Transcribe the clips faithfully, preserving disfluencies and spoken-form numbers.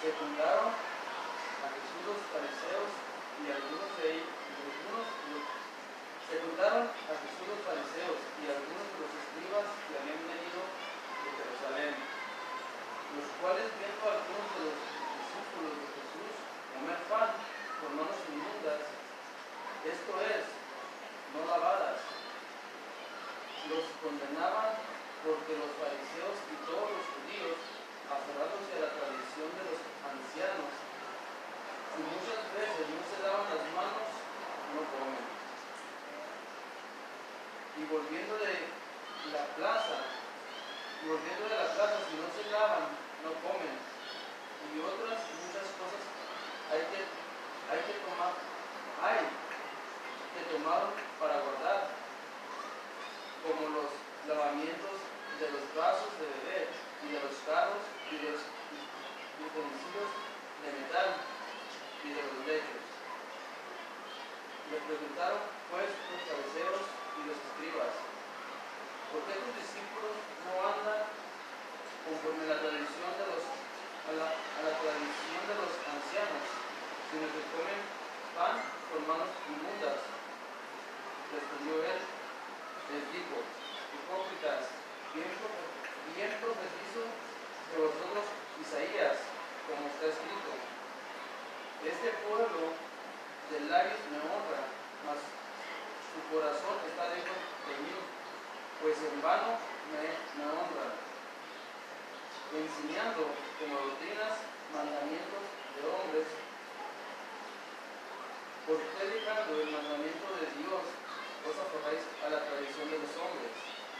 se juntaron a Jesús los fariseos y algunos de ellos, algunos, se juntaron a Jesús los fariseos y algunos de los escribas que habían venido de Jerusalén, los cuales viendo a algunos de los discípulos de Jesús comer pan con manos inmundas, esto es, no lavadas, los condenaban porque los fariseos y todos los judíos, aferrándose a la tradición de los ancianos, y muchas veces no se lavan las manos, no comen. Y volviendo de la plaza, y volviendo de la plaza, si no se lavan, no comen. Y otras muchas cosas hay que, hay que tomar, hay que tomar para guardar, como los lavamientos de los vasos de beber y de los carros y de los utensilios de metal y de los lechos. Le preguntaron pues los fariseos y los escribas: ¿por qué tus discípulos no andan conforme a la tradición de los a la, a la tradición de los ancianos, sino que comen pan con manos inmundas? Respondió él, les dijo: hipócritas, bien, bien profetizó de vosotros Isaías, como está escrito: este pueblo de labios me honra, mas su corazón está lejos de mí, pues en vano me, me honran, enseñando como doctrinas mandamientos de hombres. ¿Por qué dejando el mandamiento de Dios os aferráis a la tradición de los hombres?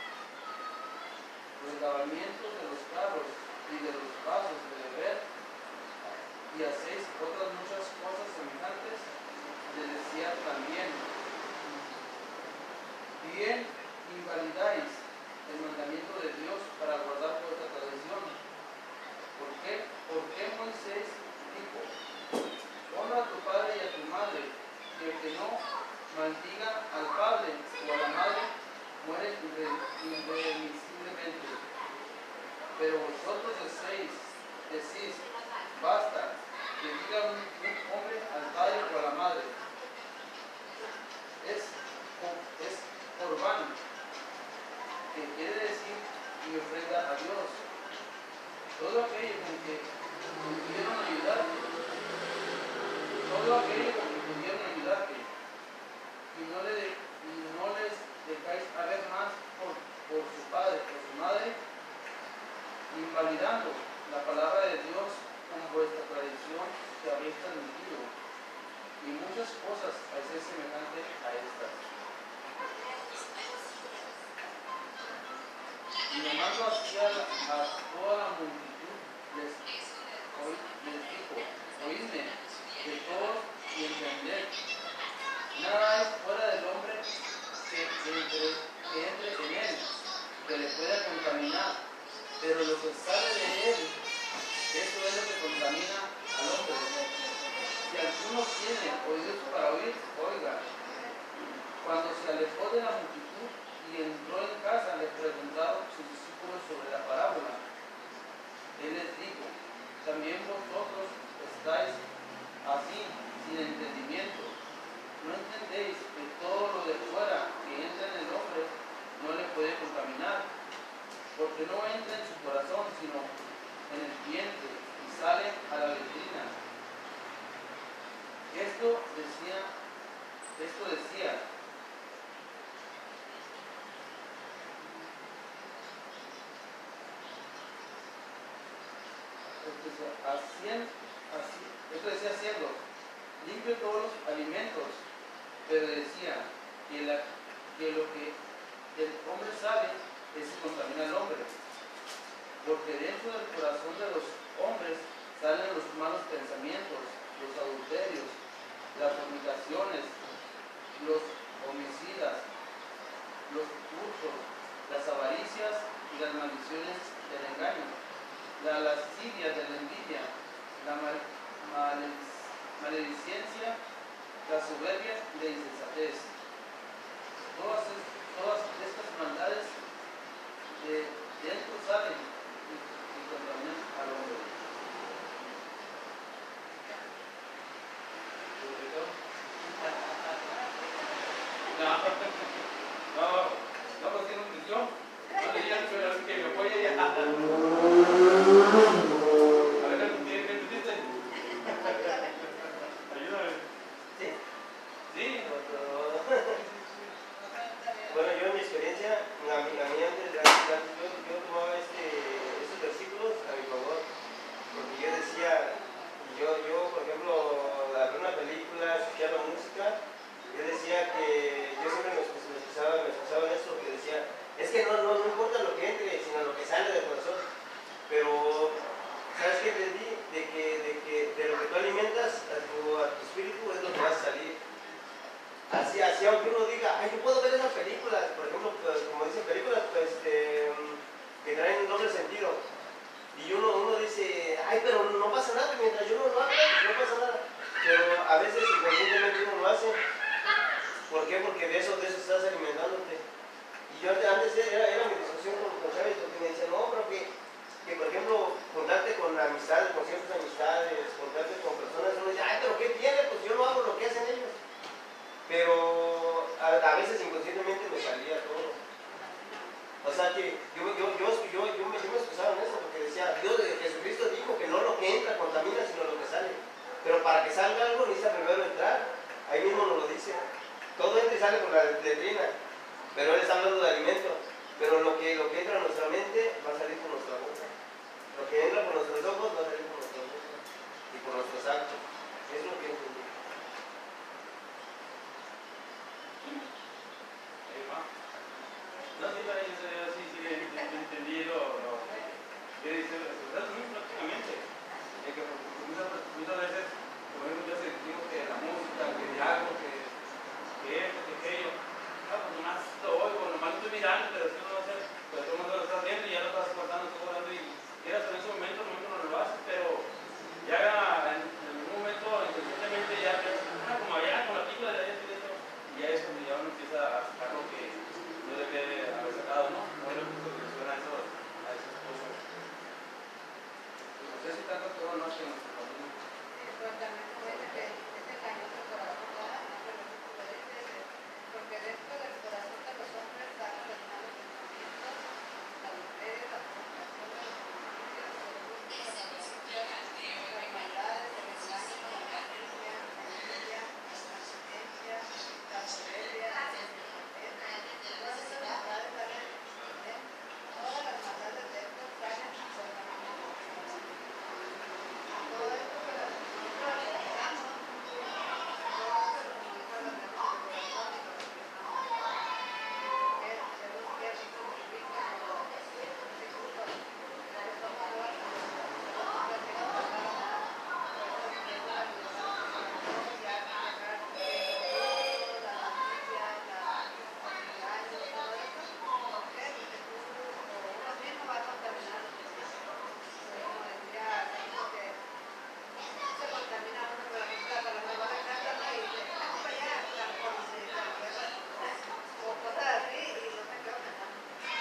Los lavamientos de los carros y de los vasos de beber, y hacéis otras muchas cosas semejantes, les decía también: bien invalidáis el mandamiento de Dios para guardar vuestra tradición. ¿Por qué? ¿Por qué Moisés dijo: honra a tu padre y a tu madre, y el que no maldiga al padre o a la madre muere irremisiblemente? Pero vosotros decís, decís, basta que diga un, un hombre al padre o a la madre. Es, es corbán, que quiere decir mi ofrenda a Dios. Todo aquello con que pudieron ayudarte, todo aquello con que pudieron ayudarte, y no, le, y no les dejáis haber más por, por su padre o su madre, invalidando la palabra de Dios con vuestra tradición que habéis transmitido, y muchas cosas hacéis semejante a estas. Y llamando hacia a toda la multitud, les, les dijo: oídme de todos y entended, nada hay fuera del hombre que, que, entre, que entre en él, que le pueda contaminar, pero lo que sale de él, eso es lo que contamina al hombre. Si alguno tiene oídos para oír, oiga. Cuando se alejó de la multitud y entró en casa, le preguntaron sus discípulos sobre la parábola. Él les dijo: también vosotros estáis así, sin entendimiento. ¿No entendéis que todo lo de fuera que entra en el hombre no le puede contaminar? Porque no entra en su corazón, sino en el vientre, y sale a la letrina. Esto decía, esto decía, Hacien, así, esto decía haciendo, limpio todos los alimentos, pero decía que, la, que lo que el hombre sabe es que contamina al hombre, porque dentro del corazón de los hombres salen los malos pensamientos, los adulterios, las fornicaciones, los homicidas, los hurtos, las avaricias y las maldiciones del engaño, la lascivia de la envidia, la mal, maledic, maledicencia, la soberbia y la insensatez. Todas, todas estas maldades de dentro salen y, y contaminan al hombre. No, no, no, pues tiene nutrición. No le digan que me apoye ya. A ver, ¿qué entendiste? Ayúdame. ¿Sí? Sí. Bueno, yo en mi experiencia, a mí, a mí antes, antes yo, yo tomaba este, estos versículos a mi favor, porque yo decía, yo, yo por ejemplo, al ver una película, escuchar la música, yo decía que, yo siempre me, me excusaba, me excusaba en eso, que decía, es que no, no, no importa lo que entre, sino lo que sale del corazón. Pero, ¿sabes qué entendí? De que, de que de lo que tú alimentas a tu, a tu espíritu es lo que va a salir. Así, así, aunque uno diga, ay, yo puedo ver esas películas, por ejemplo, pues, como dicen películas, pues, este, que traen un doble sentido. Y uno, uno dice, ay, pero no pasa nada, mientras yo no lo haga, no pasa nada. Pero a veces inconscientemente uno lo hace. ¿Por qué? Porque de eso, de eso estás alimentándote. Y yo antes era, era mi discusión con, con Chávez, porque me decía, no, pero que, que por ejemplo, juntarte con amistades, con ciertas amistades, juntarte con personas, uno dice, ay, pero ¿qué tiene? Pues yo no hago lo que hacen ellos. Pero a, a veces inconscientemente me salía todo. O sea que yo, yo, yo, yo, yo, me, yo me excusaba en eso, porque decía, Dios, Jesucristo dijo que no lo que entra contamina, sino lo que sale. Pero para que salga algo necesita primero entrar. Ahí mismo nos lo dice. Todo entra y sale por la letrina. Pero él está hablando de alimento. Pero lo que, lo que entra a nuestra mente va a salir por nuestra boca. Lo que entra por nuestros ojos va a salir por nuestra boca. Y por nuestros actos. Eso es lo que entendí. No, sí, para ellos, yo sí, sí, entendí lo que quiere decir, muy prácticamente. Es que muchas, muchas veces, como muchas veces decimos que la música, que de algo, que, que esto, que aquello, no, pues nomás lo oigo, nomás lo estoy mirando, pero si uno no hace, pues todo el mundo lo está haciendo y ya lo estás cortando, estás orando y quieras en ese momento, en el momento no lo haces, pero ya en, en un momento, inconscientemente, ya, ah, como allá con la película de esto y esto, y ya es cuando ya uno empieza a sacar lo que no debe haber sacado, ¿no? No es lo que suena a, eso, a esas cosas. No sé si tanto todo no es que nuestra familia. Sí, pero también puede que este cañón del corazón, porque dentro del corazón de los hombres están los malos pensamientos, las mujeres, las provocaciones, las maldades, el engaño, la violencia, la envidia, la transcendencia, la soberbia, la desesperación. Todas esas maldades salen, todas las maldades de estos salen por la mano. Todo esto que nosotros pensamos, todo se nos comunica a la mente del corazón y lo reflejamos. Porque según que así se multiplica todo ese curso, por eso somos nuevas personas, nosotros llegamos a estar más, por eso empieza la libertad de ya dejar que los la avaricia, la los engaños, todo eso, ¿por qué? Porque tú o uno mismo va a contaminar los demás. Como decía, dijo que se contamina uno con la música, pero no va a casa, ¿no? Y dice, ah, para allá, como se dice, o cosas así, y no me quedo pensando.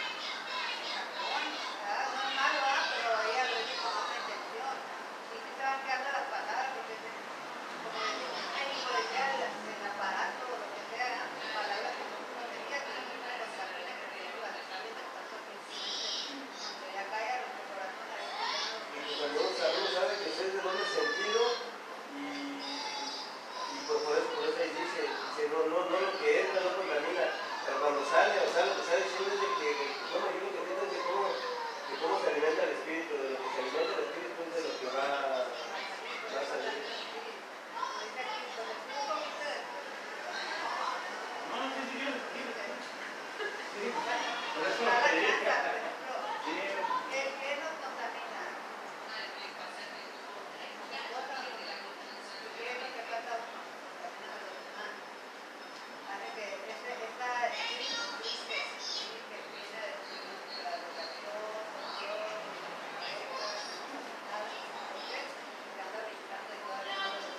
Ah, no es malo, ah, pero ella lo dice con una intención. Y sí se van quedando las palabras, porque se, como decimos, ay, como decía el, el aparato, o lo que sea, palabras que no uno diría, que no se contamina, que se diga, las salen de tanto principio. Cuando ya caiga nuestro corazón, ahí está lleno de Y cuando uno sabe, uno sabe que es de doble sentido y, y por, por, eso, por eso ahí dice, dice no, no, no lo que entra no contamina, pero cuando sale, o sea, lo que está diciendo es de que, bueno, yo lo que entiendo es de cómo, de cómo se alimenta el espíritu, de lo que se alimenta el espíritu es de lo que va, va a salir. No, no, sí, sí, sí, sí. Sí, por eso lo pedí. Sí. ¿Qué, qué nos contamina? ¿Qué es lo que pasa a uno? Contamina a los demás. Hace que ese, esta espíritu que que viene de la educación, Dios, nada, ¿por qué? Porque anda brincando y todavía no lo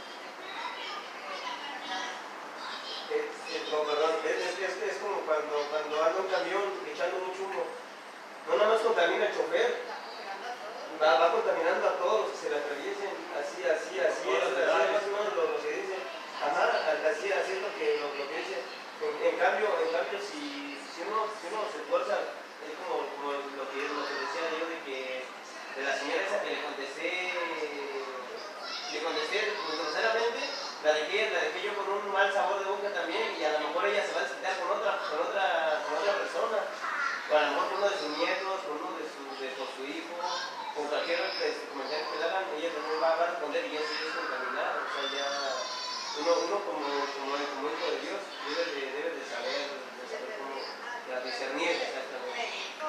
Es, es, no, perdón, es, es, es, es como cuando, cuando anda un camión echando mucho humo. No nada más contamina el chofer, va, va contaminando a todos los que se le atraviesen, así, así, así, es, así es más o menos lo, lo que dice. Ajá, así, así es lo que, lo, lo que dice. En, en cambio, o a lo mejor con uno de sus nietos, con uno de su, de, con su hijo, con cualquier este, comentario que le hagan, ella también va, va a responder y ya se es contaminar. O sea, ya uno, uno como, como, como hijo de Dios debe de, debe de saber, de saber cómo la discernir exactamente.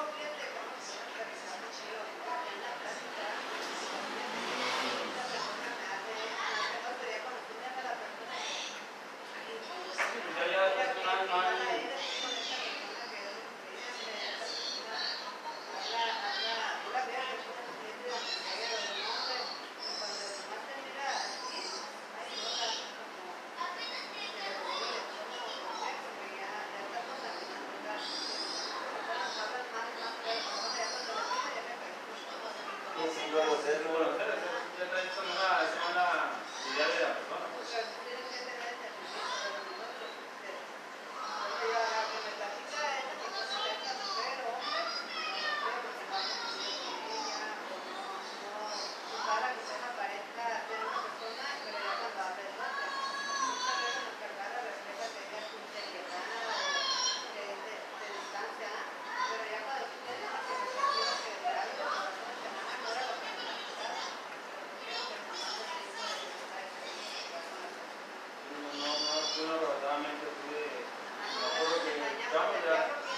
Ya, ya, personal, no hay. Sí, vamos a hacerlo. Bueno, esa esa no es la- esa no es la idea de la persona, pues. No, no, no, yo no, verdaderamente pude, me acuerdo que estamos ya.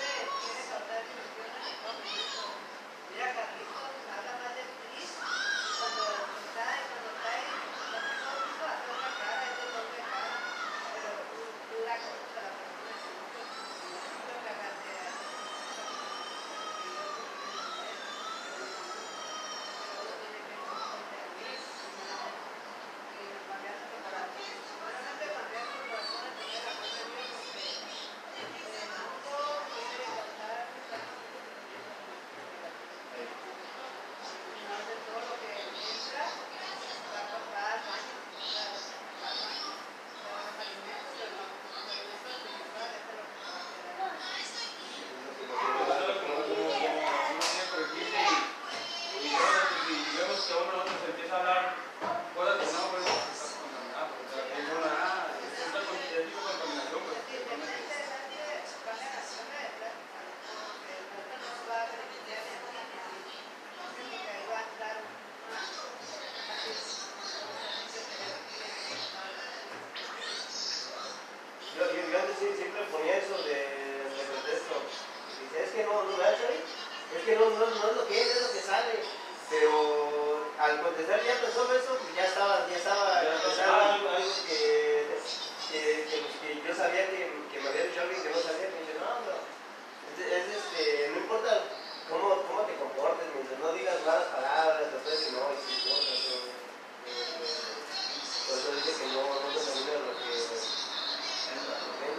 Yo, yo, yo antes sí- siempre ponía eso de, de pretexto. Dice, es que no, no me hace, es que no, no, no es lo que es, es lo que sale. Pero al contestar ya pensó eso, pues ya estaba, ya estaba, ya estaba algo, algo que, que, que, pues, que yo sabía que, que me había dicho alguien que no sabía, que me dice, no, no, es, es, este, no importa cómo, cómo te comportes, mientras no digas malas palabras, después que no, y si importa, pero, eh, por eso dice que no, no contamina lo que entra,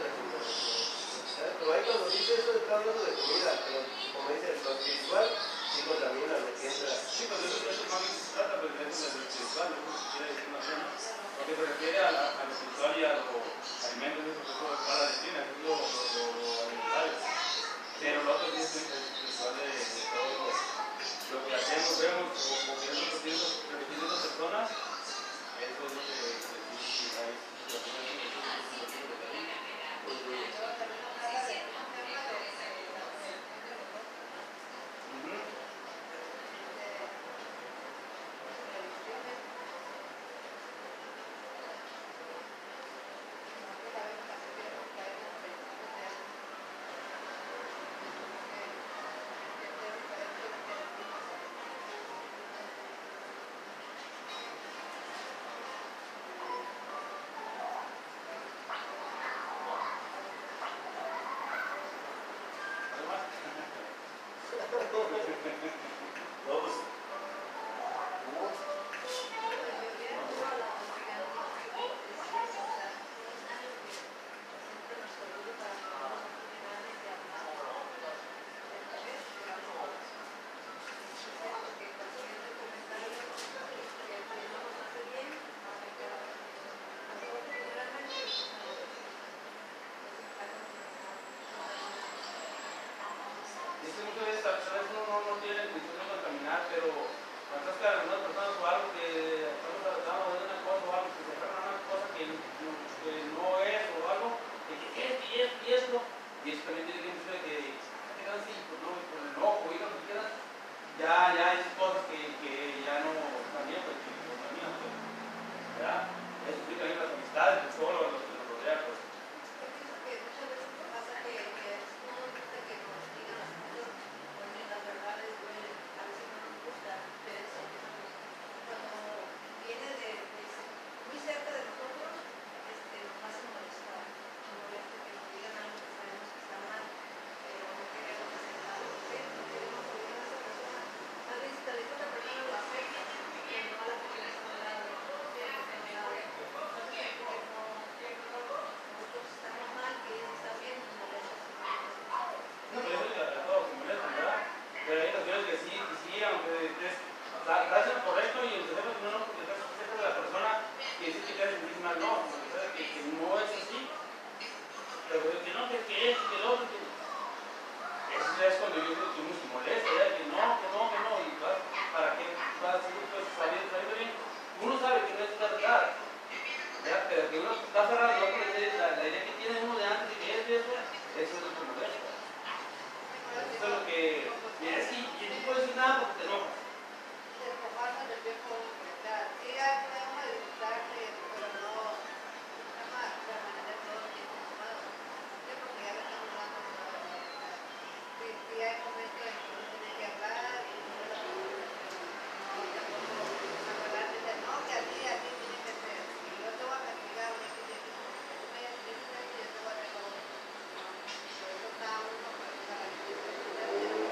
pero ahí cuando dice eso está hablando de comida, pero como dice, lo espiritual sí contamina lo que entra. Sí, pues eso, eso más bien se trata, pues eso es lo espiritual, es lo que quiere decir más bien, ¿no? Lo que se refiere a, la, a lo espiritual y a los alimentos, eso, eso es para la disciplina, eso es lo, lo, lo, lo alimentario. Pero lo otro sí es el espiritual de, de todo lo, lo que hacemos, vemos, o, o que nosotros repitiendo, repitiendo otras personas, eso es lo que, que sí, hay situaciones que nosotros nos que uno está cerrado, no, la, la idea que tiene uno de antes de que es eso, eso es lo que molesta. Eso es lo que. Y es que y no puedes decir nada porque te enojas. Despojarnos del viejo hombre, o sea, sí hay podemos disfrutarse, pero no, nada más permanecer todo el tiempo ocupados. Yo creo que ya le estamos dando toda la verdad. Sí, sí hay momentos en que uno tiene que hablar y no es la no, tampoco acordarse de no, que así, así tiene que ser. Y yo te voy a castigar, voy a decir, tú me dices esto y yo te voy a hacer todo. No, por eso está uno para la gente que se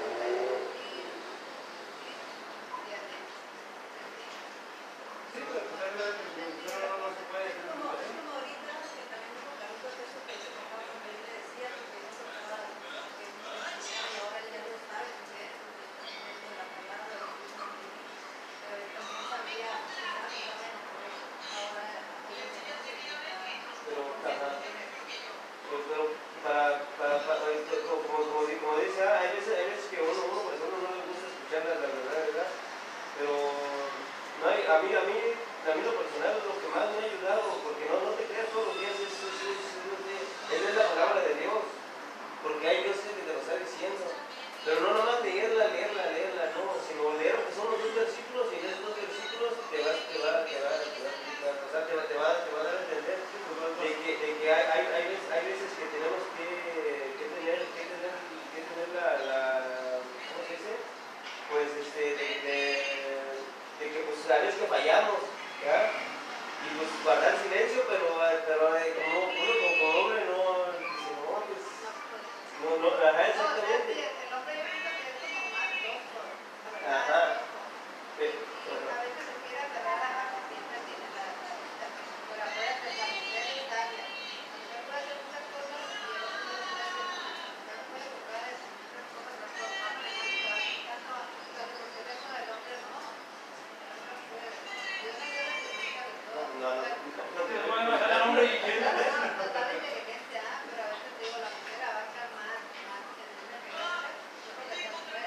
Sí, pero pues es verdad que no, no se puede. Es como, es como ahorita que también dijo Carlitos eso que su papá cuando él le decía que no se acababa, que no se enseñaba y ahora él ya lo sabe porque es de la palabra, pero él también sabía, quizás no sabía por eso, ahora él enseñó que Pero, ajá. Pues, pero para, para, para, esto, como, como, como dice, hay veces, hay veces que uno, uno, por ejemplo, no le gusta escuchar la, la verdad, ¿verdad? Pero no hay, a mí, a mí, a mí lo personal es lo que más me ha ayudado, porque no, no te creas todos los días, es, es, es, es, es, es la palabra de Dios, porque hay Dios que te lo está diciendo, pero no nomás leerla, leerla, leerla, no, sino leer lo que son los dos versículos y en esos dos versículos te va, te va, te va, te va, o sea, te va, te va, te va a dar a entender de que, de que hay, hay, hay, veces, hay veces que tenemos que, que tener, que tener, que tener la, la, ¿cómo se dice? Pues este, de, de, de que pues a veces que fallamos, ¿verdad? Y pues guardar silencio, pero, pero como uno como, como hombre no dice, no, pues, no, no, ajá, exactamente. El hombre yo pienso que es como más loco, la verdad. Ajá. Y a veces se quiere agarrar a la cosita, tiene la cosita, pero acuérdate, la mujer es sabia. La mujer puede hacer muchas cosas y el hombre no puede hacer nada. No puede tocar en muchas cosas, no puede tomar la mano, no puede hacer tanto, pero por teléfono el hombre no. No puede. Dios no dio la cosita de todo. No, no, no. No, no, el hombre y quién. Total inteligencia, ah, pero a veces digo, la mujer abarca más, más en una que el hombre. Yo creo que la mujer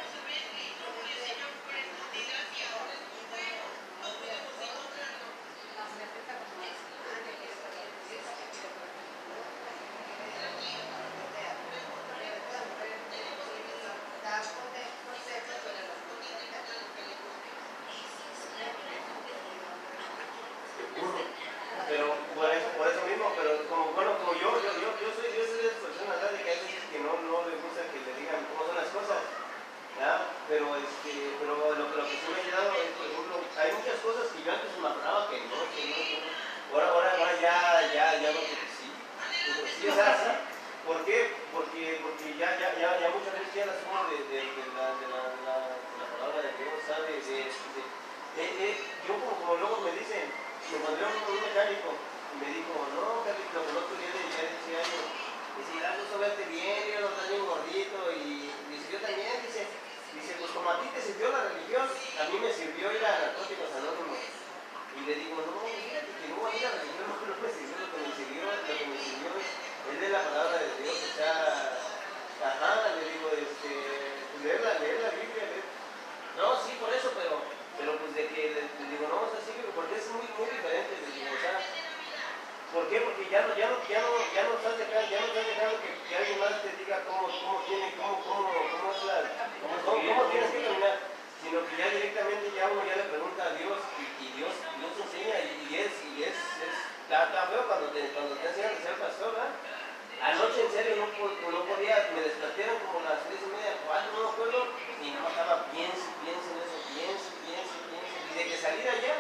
Pero por eso, por eso mismo, pero como bueno, como yo, yo, yo, yo soy, yo soy de esas personas, ¿verdad? De que hay veces que no, no les gusta que le digan cómo son las cosas, ¿verdad? Pero este, pero lo, lo que sí me ha ayudado es, por ejemplo, hay muchas cosas que yo antes me acordaba que no, que no, que no. Ahora, ahora, ahora ya, ya, ya no que sí. Pero sí es así. ¿Por qué? Porque, porque ya, ya, ya, ya muchas veces ya la suma de, de, de, la, de, la, de, la, de la palabra de Dios, ¿sabes? De, de, de, de, yo como, como luego me dicen, me mandé un, un mecánico y me dijo, no, Carlito, el otro día de dieciocho años, dice, da gusto verte bien, yo no estás bien gordito, y dice, yo también, dice, dice, pues como a ti te sirvió la religión, a mí me sirvió ir a Narcóticos Anónimos. Y le digo, no, fíjate que no, a mí la religión no, no me sirvió, lo que me sirvió, lo que me sirvió es, es de la palabra de Dios, o sea, ajá, le digo, este, pues leer la, leer la Biblia, leer. No, sí, por eso, pero, pero pues de que, le, le digo, no, o sea, sí, porque es muy, muy diferente, le digo, o sea, ¿por qué? Porque ya no, ya no, ya no, ya no estás dejando, ya no estás dejando que, que alguien más te diga cómo, cómo tiene, cómo, cómo, cómo es la, cómo, cómo, cómo tienes que caminar, sino que ya directamente ya uno ya le pregunta a Dios y, y Dios, Dios te enseña y, y es, y es, es, está, está feo cuando te, cuando te enseñan a ser pastor, ¿verdad? Anoche en serio no, no podía, me despertaron como las tres y media, cuatro, no me acuerdo, y no estaba, piense, piense en eso, piense, piense, piense, y de que salí de allá,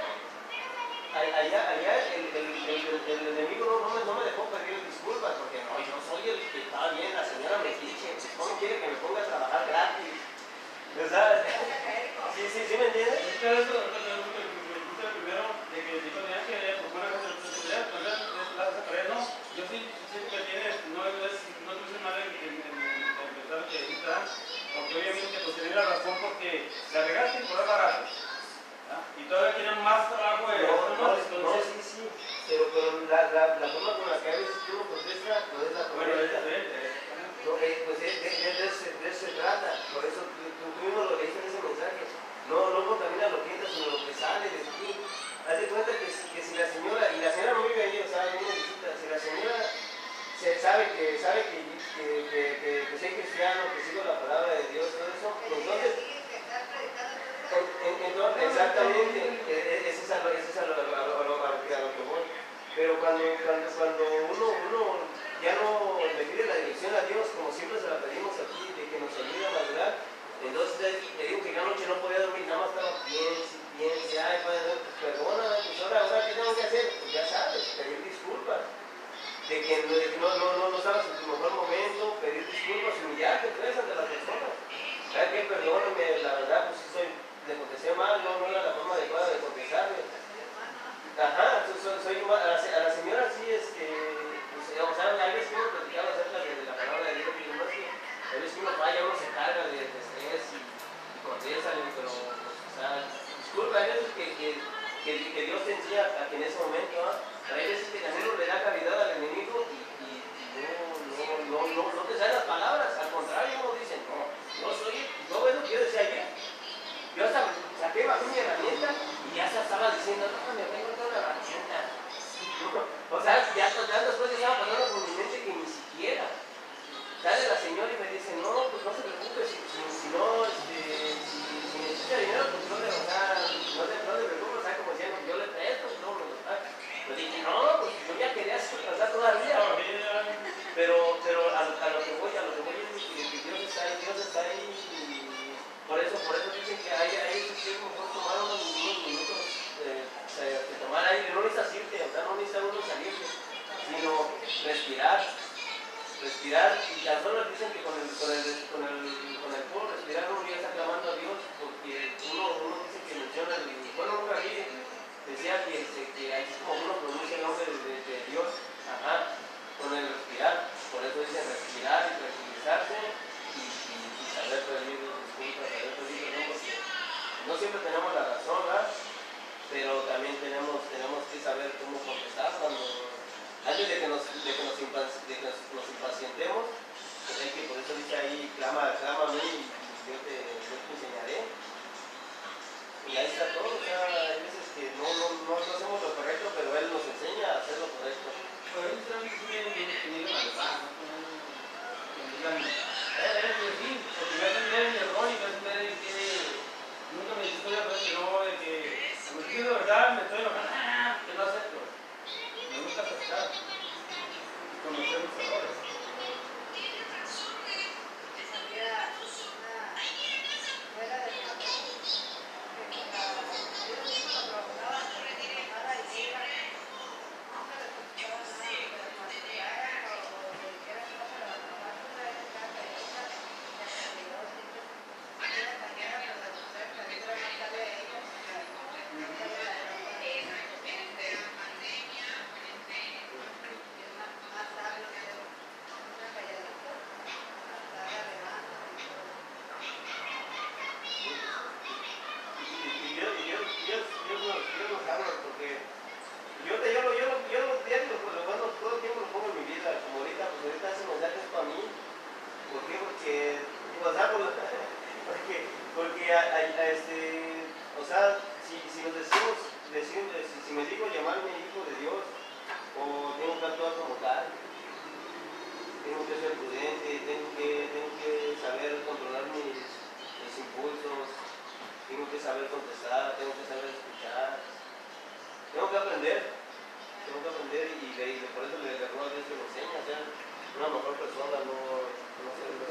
allá, allá el, el, el, el, el enemigo no, no, me, no me dejó pedir disculpas, porque no, yo soy el que estaba bien, la señora me dice, ¿cómo quiere que me ponga a trabajar gratis? ¿Verdad? Sí, sí, sí, ¿me entiendes? Pero eso es lo que me gusta primero, de que dijo de que ella pues buena gente de estudiar, pues la vas a creer, no. Yo sí, sí que tienes, no es, no te hice mal en, en, en, en pensar que ahí está, porque obviamente pues tenía la razón porque la regaste y por el barato. ¿Ah? Y todavía tienen más trabajo de no, no, no, entonces, sí, sí, pero, pero la, la, la cristiano, que sigo la palabra de Dios, todo eso, Que sigue, entonces, sigue, que está predicando todo en- en- entonces exactamente, e- e- ese es a lo, ese es a lo, a lo- a lo- a lo que a lo que voy. Pero cuando, cuando, cuando uno, uno ya no le pide la dirección a Dios, como siempre se la pedimos aquí, de que nos ayude a madurar, entonces le digo que una noche no podía dormir, nada más estaba piense, piense, ay, Padre, pues perdona, pues ahora, ahora, ¿qué tengo que hacer? Pues ya sabes, pedir disculpas. De que, de que no, no, no, no estabas en tu mejor momento, pedir disculpas, humillarte, pues, ante las personas. ¿Sabes qué? Perdóname, la verdad, pues sí soy, le contesté mal, no, no era la forma adecuada de contestarle. Ajá, soy, soy, soy huma- a, la, se- a la señora sí, este, pues, o sea, hay veces que hemos platicado acerca de, de la palabra de Dios, y no es que a veces que uno falla, uno se carga de, de estrés y, y contéstale, pero, pues, o sea, disculpa, hay veces que, que, que, que Dios te enseña a que en ese momento, ¿ah? Pero hay veces que también uno le da caridad al enemigo y, y, y no, no, no, no, no te salen las palabras, al contrario, uno dice, no, no soy, no ves lo que yo decía ayer. Yo hasta saqué, bajé mi herramienta y ya se estaba diciendo, no, me tengo toda la herramienta. O sea, ya, ya después estaba pasando por mi mente que ni siquiera. Sale la señora y me dice, no, pues no se preocupe, si, si, si no, este, si, si necesita dinero, pues no le, o sea, no le, no le preocupe, o sea, como diciendo, yo le presto, no me lo paga. Yo dije, no, pues yo ya quería pasar todavía. Pero, pero a, a lo que voy, a lo que voy es que, que Dios está ahí, Dios está ahí y por eso, por eso dicen que hay, hay veces que es mejor tomar unos, unos minutos, eh, eh, de tomar aire, no necesitas irte, o sea, no necesita uno salirse, sino respirar, respirar, y tan solo dicen que con el, con el, con el, con el puro respirar uno ya está clamando a Dios, porque uno, uno dice que menciona, el, bueno, nunca vi, decía que, que ahí es como uno pronuncia el nombre de, de, de Dios, ajá, con el respirar, por eso dicen respirar y tranquilizarse y, y, y saber pedir disculpas, saber pedir perdón, porque no siempre tenemos la razón, ¿verdad? Pero también tenemos, tenemos que saber cómo contestar cuando, antes de que nos, de que nos, impa, de que nos, nos impacientemos, pues hay que, por eso dice ahí, clama, clama a mí y yo te, yo te enseñaré. Y ahí está todo, o sea, hay veces que no, no, no, no hacemos lo correcto, pero Él nos enseña a hacer lo correcto. Pero ellos están bien definidos al pan, ¿no? Que digan, eh, eres de sí, porque me hacen ver mi error y me hacen ver que nunca me estoy hablando, no, de que me estoy de verdad, me estoy enojando, ah, que no acepto. Me gusta aceptar, conocer mis errores. Había una escuela de Japón que con la, ellos mismos lo provocaban que se enojara y se iban, nunca les contestaba nada, que les masticaran o, o le dijeran no, pero nomás una vez en casa y otra, ya se olvidó, siempre tiene mañana para demostrar que la vida no sale a ella, no sale la broma de ella, y es más, más sabio que una calladita, hasta la levanta y todo. Y, y Dios, y Dios, Dios, Dios, nos, Dios nos habla porque yo, te, yo, lo- yo, lo- yo los diarios, pues, lo bueno, todo el tiempo lo pongo en mi vida, como ahorita, pues ahorita ese mensaje es para mí. ¿Por qué? Porque, o sea, por- porque, porque a, a, a este, o sea, si, si nos decimos, decimos, si, si me digo llamarme hijo de Dios, o tengo que actuar como tal, tengo que ser prudente, tengo que, tengo que saber controlar mis, mis impulsos, tengo que saber contestar, tengo que saber escuchar, tengo que aprender, tengo que aprender y, de, y de, por eso le ruego a Dios que me enseñe a ser una mejor persona, no, no ser un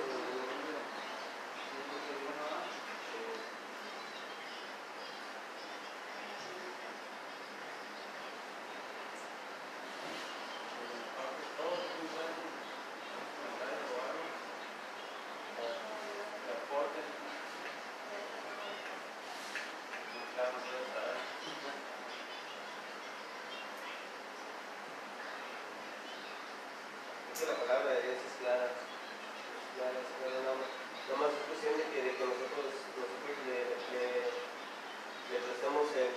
que la palabra de Dios es clara, es clara, es clara, no más, no más es cuestión de que, de que nosotros, nosotros le, le, le prestemos el,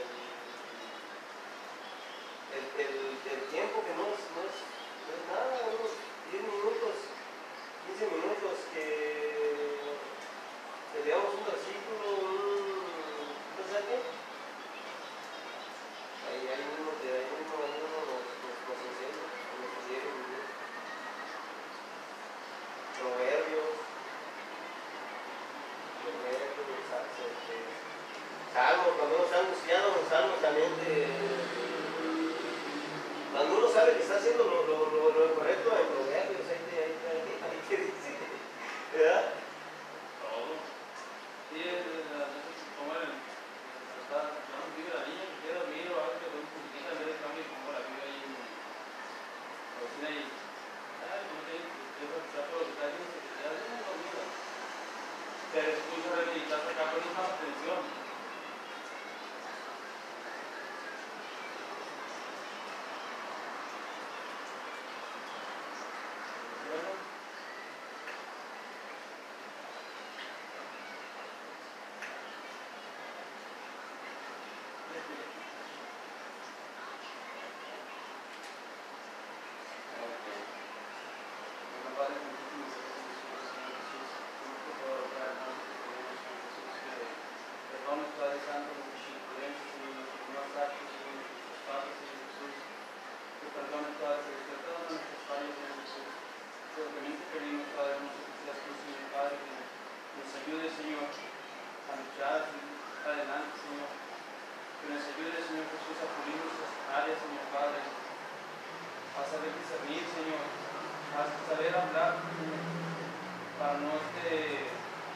el, el, el tiempo que no es, no es, no es nada, unos diez minutos, quince minutos, que, que leamos un versículo, un mensaje, ahí, ahí mismo, de ahí mismo, ahí mismo nos, nos, nos enseña, nos sugiere vivir. Proverbios, este, cuando uno sabe que está haciendo lo, lo, lo, lo correcto en Proverbios, ahí te, ahí te, ahí te dice, ¿verdad? Todo. Sí, es la como el está, no vive la niña que quiere dormir o algo que con un poquitito en vez de cambio como la vive ahí en la cocina y ay, no sé, yo creo que está todo lo que está haciendo se queda bien dormida. Pero escucha rehabilitar acá pones más atención. Bueno. Padre Santo, nuestras imprudencias, Señor, nuestros malos actos, Señor, nuestros padres, Señor Jesús. Que perdones, Padre Celestial, todas nuestras fallas, Señor Jesús. Que lo que también te pedimos, Padre hermoso, que seas tú, Señor Padre, que nos ayude, Señor, a luchar adelante, Señor. Que nos ayude, Señor Jesús, a pulir nuestras áreas, Señor Padre. A saber discernir, Señor. A saber hablar, Señor. Para no este,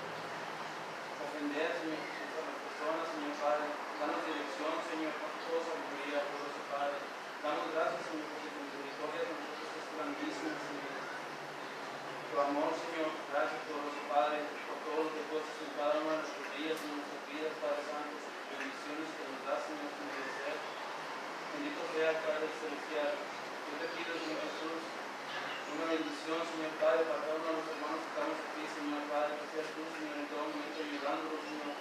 ofender, Señor Jesús, a las personas, Señor Padre. Danos dirección, Señor, con toda sabiduría, poderoso Padre. Damos gracias, Señor, porque tu misericordia con nosotros es grandísima, Señor. Tu amor, Señor, gracias, poderoso Padre, por todo lo que tú haces en cada uno de nuestros días, en nuestras vidas, Padre Santo. Bendiciones que nos das, Señor, sin merecer. Bendito sea, Padre Celestial. Yo te pido, Señor Jesús, una bendición, Señor Padre, para cada uno de los hermanos que estamos aquí, Señor Padre, que seas tú, Señor, en todo momento ayudándolos, Señor.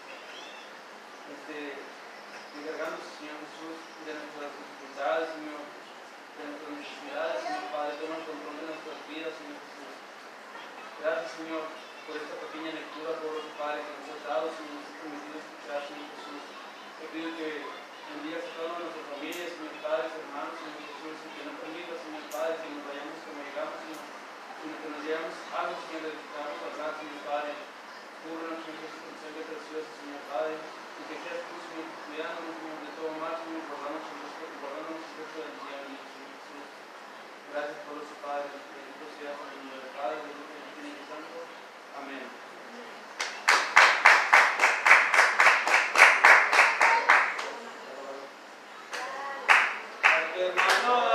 Este, encargándose, Señor Jesús, de nuestras dificultades, Señor, de nuestras necesidades, Señor Padre, toma el control de nuestras vidas, Señor Jesús. Gracias, Señor, por esta pequeña lectura, por Padre, que nos has dado, Señor, nos has permitido escuchar, Señor Jesús. Te pido que bendigas a cada una de nuestras familias, Señor Padre, hermanos, Señor Jesús, y que no permitas, Señor Padre, que nos vayamos como llegamos, Señor, sino que nos llevamos algo, Señor, de que vamos a hablar, Señor Padre. Cúbrenos, Señor Jesús, con sangre preciosa, Señor Padre, y que seas tú, Señor, cuidándonos, Señor, de todo mal, Señor, guardándonos el resto, guardándonos el resto del día, Señor Jesús. Gracias por eso, Padre, bendito seas en el nombre del Padre, del Hijo y del Espíritu Santo. Amén. Hermano.